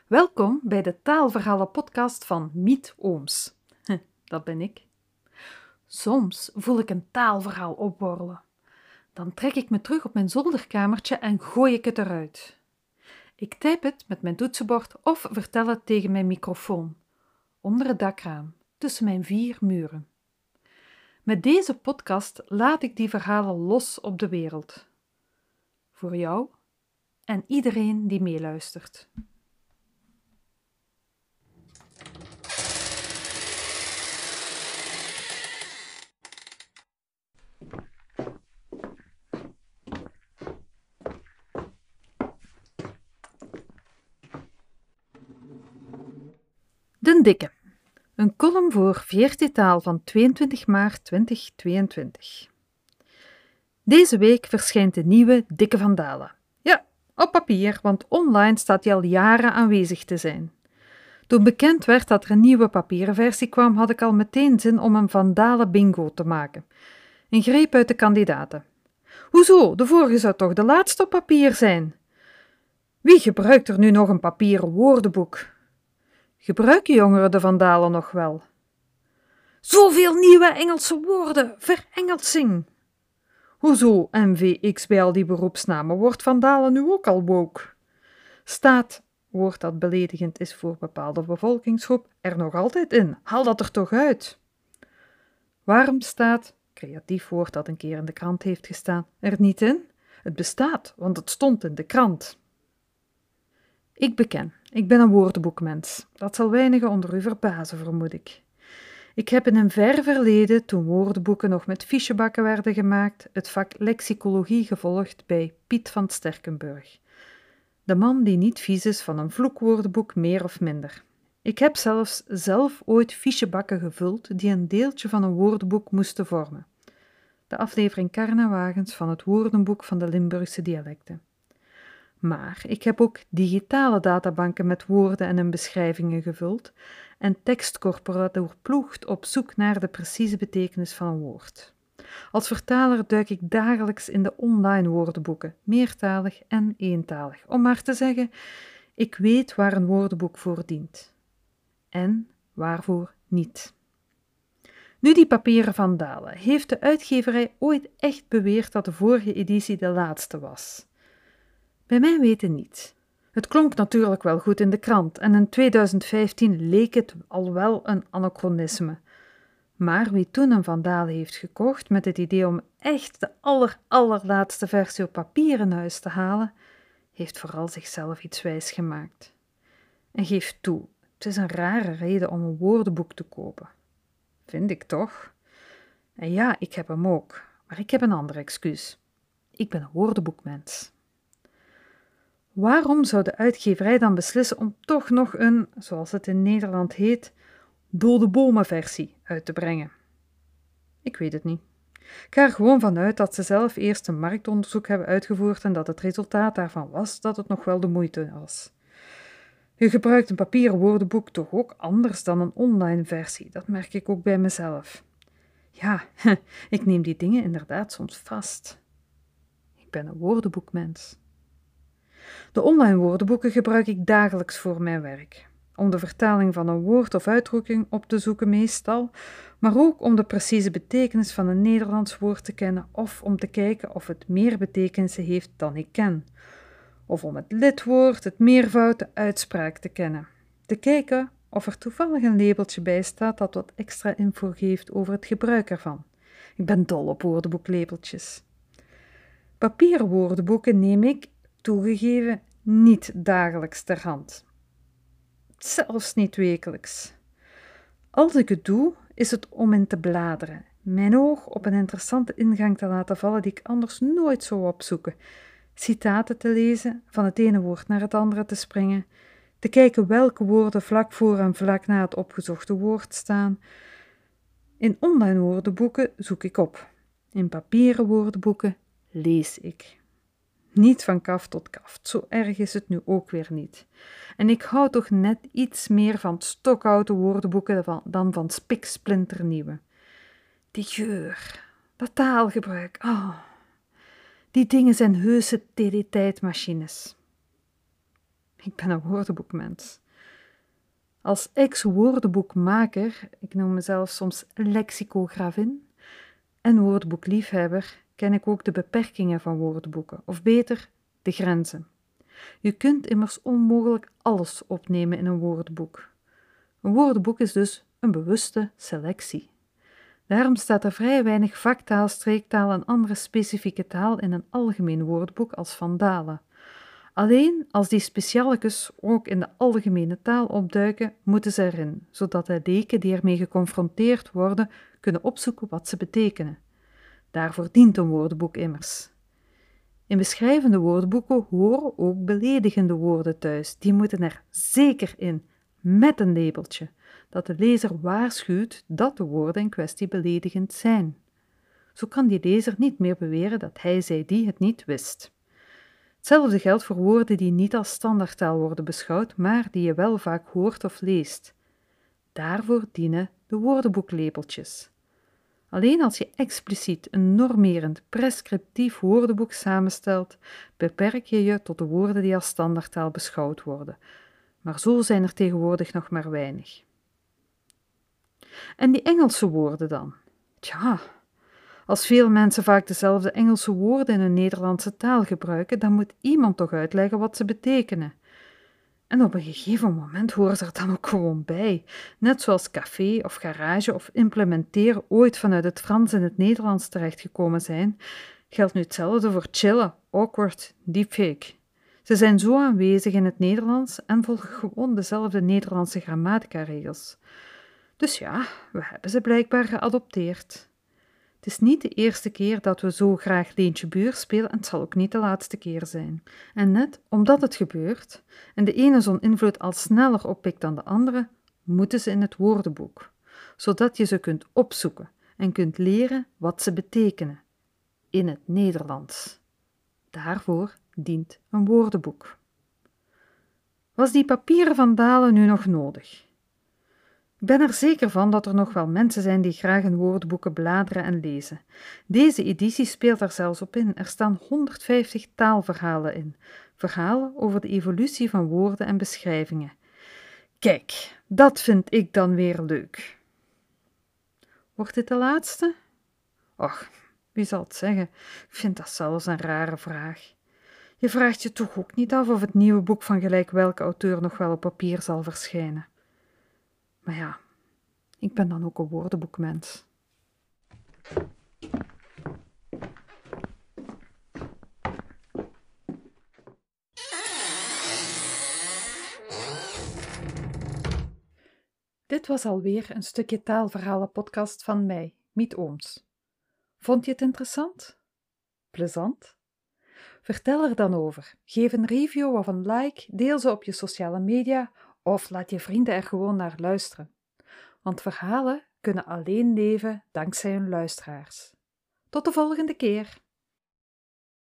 Welkom bij de taalverhalen-podcast van Miet Ooms. Dat ben ik. Soms voel ik een taalverhaal opborrelen. Dan trek ik me terug op mijn zolderkamertje en gooi ik het eruit. Ik typ het met mijn toetsenbord of vertel het tegen mijn microfoon, onder het dakraam, tussen mijn 4 muren. Met deze podcast laat ik die verhalen los op de wereld. Voor jou en iedereen die meeluistert. Den Dikke. Een column voor VRT Taal van 22 maart 2022. Deze week verschijnt de nieuwe Dikke van Dalen. Ja, op papier, want online staat hij al jaren aanwezig te zijn. Toen bekend werd dat er een nieuwe papieren versie kwam, had ik al meteen zin om een Van Dalen bingo te maken. Een greep uit de kandidaten. Hoezo? De vorige zou toch de laatste op papier zijn? Wie gebruikt er nu nog een papieren woordenboek? Gebruiken jongeren de Van Dalen nog wel? Zoveel nieuwe Engelse woorden, verengelsing. Hoezo MVX bij al die beroepsnamen? Wordt Van Dalen nu ook al woke? Staat, woord dat beledigend is voor bepaalde bevolkingsgroep, er nog altijd in? Haal dat er toch uit? Waarom staat, creatief woord dat een keer in de krant heeft gestaan, er niet in? Het bestaat, want het stond in de krant. Ik beken, ik ben een woordenboekmens. Dat zal weinigen onder u verbazen, vermoed ik. Ik heb in een ver verleden, toen woordenboeken nog met fichebakken werden gemaakt, het vak lexicologie gevolgd bij Piet van Sterkenburg. De man die niet vies is van een vloekwoordenboek meer of minder. Ik heb zelfs zelf ooit fichebakken gevuld die een deeltje van een woordenboek moesten vormen. De aflevering Karnawagens van het woordenboek van de Limburgse dialecten. Maar ik heb ook digitale databanken met woorden en hun beschrijvingen gevuld en tekstcorpora doorploegd op zoek naar de precieze betekenis van een woord. Als vertaler duik ik dagelijks in de online woordenboeken, meertalig en eentalig, om maar te zeggen, ik weet waar een woordenboek voor dient. En waarvoor niet. Nu die papieren Van Dalen, heeft de uitgeverij ooit echt beweerd dat de vorige editie de laatste was? Bij mij weten niet. Het klonk natuurlijk wel goed in de krant en in 2015 leek het al wel een anachronisme. Maar wie toen een Van Dalen heeft gekocht met het idee om echt de allerlaatste versie op papier in huis te halen, heeft vooral zichzelf iets wijs gemaakt. En geef toe, het is een rare reden om een woordenboek te kopen. Vind ik toch? En ja, ik heb hem ook, maar ik heb een ander excuus. Ik ben een woordenboekmens. Waarom zou de uitgeverij dan beslissen om toch nog een, zoals het in Nederland heet, dode bomen versie uit te brengen? Ik weet het niet. Ik ga er gewoon vanuit dat ze zelf eerst een marktonderzoek hebben uitgevoerd en dat het resultaat daarvan was dat het nog wel de moeite was. Je gebruikt een papieren woordenboek toch ook anders dan een online versie, dat merk ik ook bij mezelf. Ja, ik neem die dingen inderdaad soms vast. Ik ben een woordenboekmens. De online woordenboeken gebruik ik dagelijks voor mijn werk. Om de vertaling van een woord of uitdrukking op te zoeken meestal, maar ook om de precieze betekenis van een Nederlands woord te kennen of om te kijken of het meer betekenissen heeft dan ik ken. Of om het lidwoord, het meervoud, de uitspraak te kennen. Te kijken of er toevallig een labeltje bij staat dat wat extra info geeft over het gebruik ervan. Ik ben dol op woordenboeklabeltjes. Papieren woordenboeken neem ik, toegegeven, niet dagelijks ter hand. Zelfs niet wekelijks. Als ik het doe, is het om in te bladeren, mijn oog op een interessante ingang te laten vallen die ik anders nooit zou opzoeken, citaten te lezen, van het ene woord naar het andere te springen, te kijken welke woorden vlak voor en vlak na het opgezochte woord staan. In online woordenboeken zoek ik op. In papieren woordenboeken lees ik. Niet van kaft tot kaft, zo erg is het nu ook weer niet. En ik hou toch net iets meer van stokoude woordenboeken dan van spiksplinternieuwe. Die geur, dat taalgebruik, die dingen zijn heuse TD-tijdmachines. Ik ben een woordenboekmens. Als ex-woordenboekmaker, ik noem mezelf soms lexicografin, en woordenboekliefhebber, ken ik ook de beperkingen van woordenboeken, of beter, de grenzen. Je kunt immers onmogelijk alles opnemen in een woordenboek. Een woordenboek is dus een bewuste selectie. Daarom staat er vrij weinig vaktaal, streektaal en andere specifieke taal in een algemeen woordenboek als Van Dalen. Alleen als die specialetjes ook in de algemene taal opduiken, moeten ze erin, zodat de leken die ermee geconfronteerd worden, kunnen opzoeken wat ze betekenen. Daarvoor dient een woordenboek immers. In beschrijvende woordenboeken horen ook beledigende woorden thuis. Die moeten er zeker in, met een labeltje, dat de lezer waarschuwt dat de woorden in kwestie beledigend zijn. Zo kan die lezer niet meer beweren dat hij, zij, die het niet wist. Hetzelfde geldt voor woorden die niet als standaardtaal worden beschouwd, maar die je wel vaak hoort of leest. Daarvoor dienen de woordenboeklabeltjes. Alleen als je expliciet een normerend, prescriptief woordenboek samenstelt, beperk je je tot de woorden die als standaardtaal beschouwd worden. Maar zo zijn er tegenwoordig nog maar weinig. En die Engelse woorden dan? Tja, als veel mensen vaak dezelfde Engelse woorden in hun Nederlandse taal gebruiken, dan moet iemand toch uitleggen wat ze betekenen. En op een gegeven moment horen ze er dan ook gewoon bij. Net zoals café of garage of implementeren ooit vanuit het Frans in het Nederlands terechtgekomen zijn, geldt nu hetzelfde voor chillen, awkward, deepfake. Ze zijn zo aanwezig in het Nederlands en volgen gewoon dezelfde Nederlandse grammatica-regels. Dus ja, we hebben ze blijkbaar geadopteerd. Het is niet de eerste keer dat we zo graag Leentje Buur spelen en het zal ook niet de laatste keer zijn. En net omdat het gebeurt en de ene zo'n invloed al sneller oppikt dan de andere, moeten ze in het woordenboek, zodat je ze kunt opzoeken en kunt leren wat ze betekenen in het Nederlands. Daarvoor dient een woordenboek. Was die papieren Van Dalen nu nog nodig? Ik ben er zeker van dat er nog wel mensen zijn die graag in woordenboeken bladeren en lezen. Deze editie speelt er zelfs op in. Er staan 150 taalverhalen in. Verhalen over de evolutie van woorden en beschrijvingen. Kijk, dat vind ik dan weer leuk. Wordt dit de laatste? Och, wie zal het zeggen? Ik vind dat zelfs een rare vraag. Je vraagt je toch ook niet af of het nieuwe boek van gelijk welke auteur nog wel op papier zal verschijnen. Maar ja, ik ben dan ook een woordenboekmens. Dit was alweer een stukje taalverhalen-podcast van mij, Miet Ooms. Vond je het interessant? Plezant? Vertel er dan over. Geef een review of een like, deel ze op je sociale media of laat je vrienden er gewoon naar luisteren. Want verhalen kunnen alleen leven dankzij hun luisteraars. Tot de volgende keer!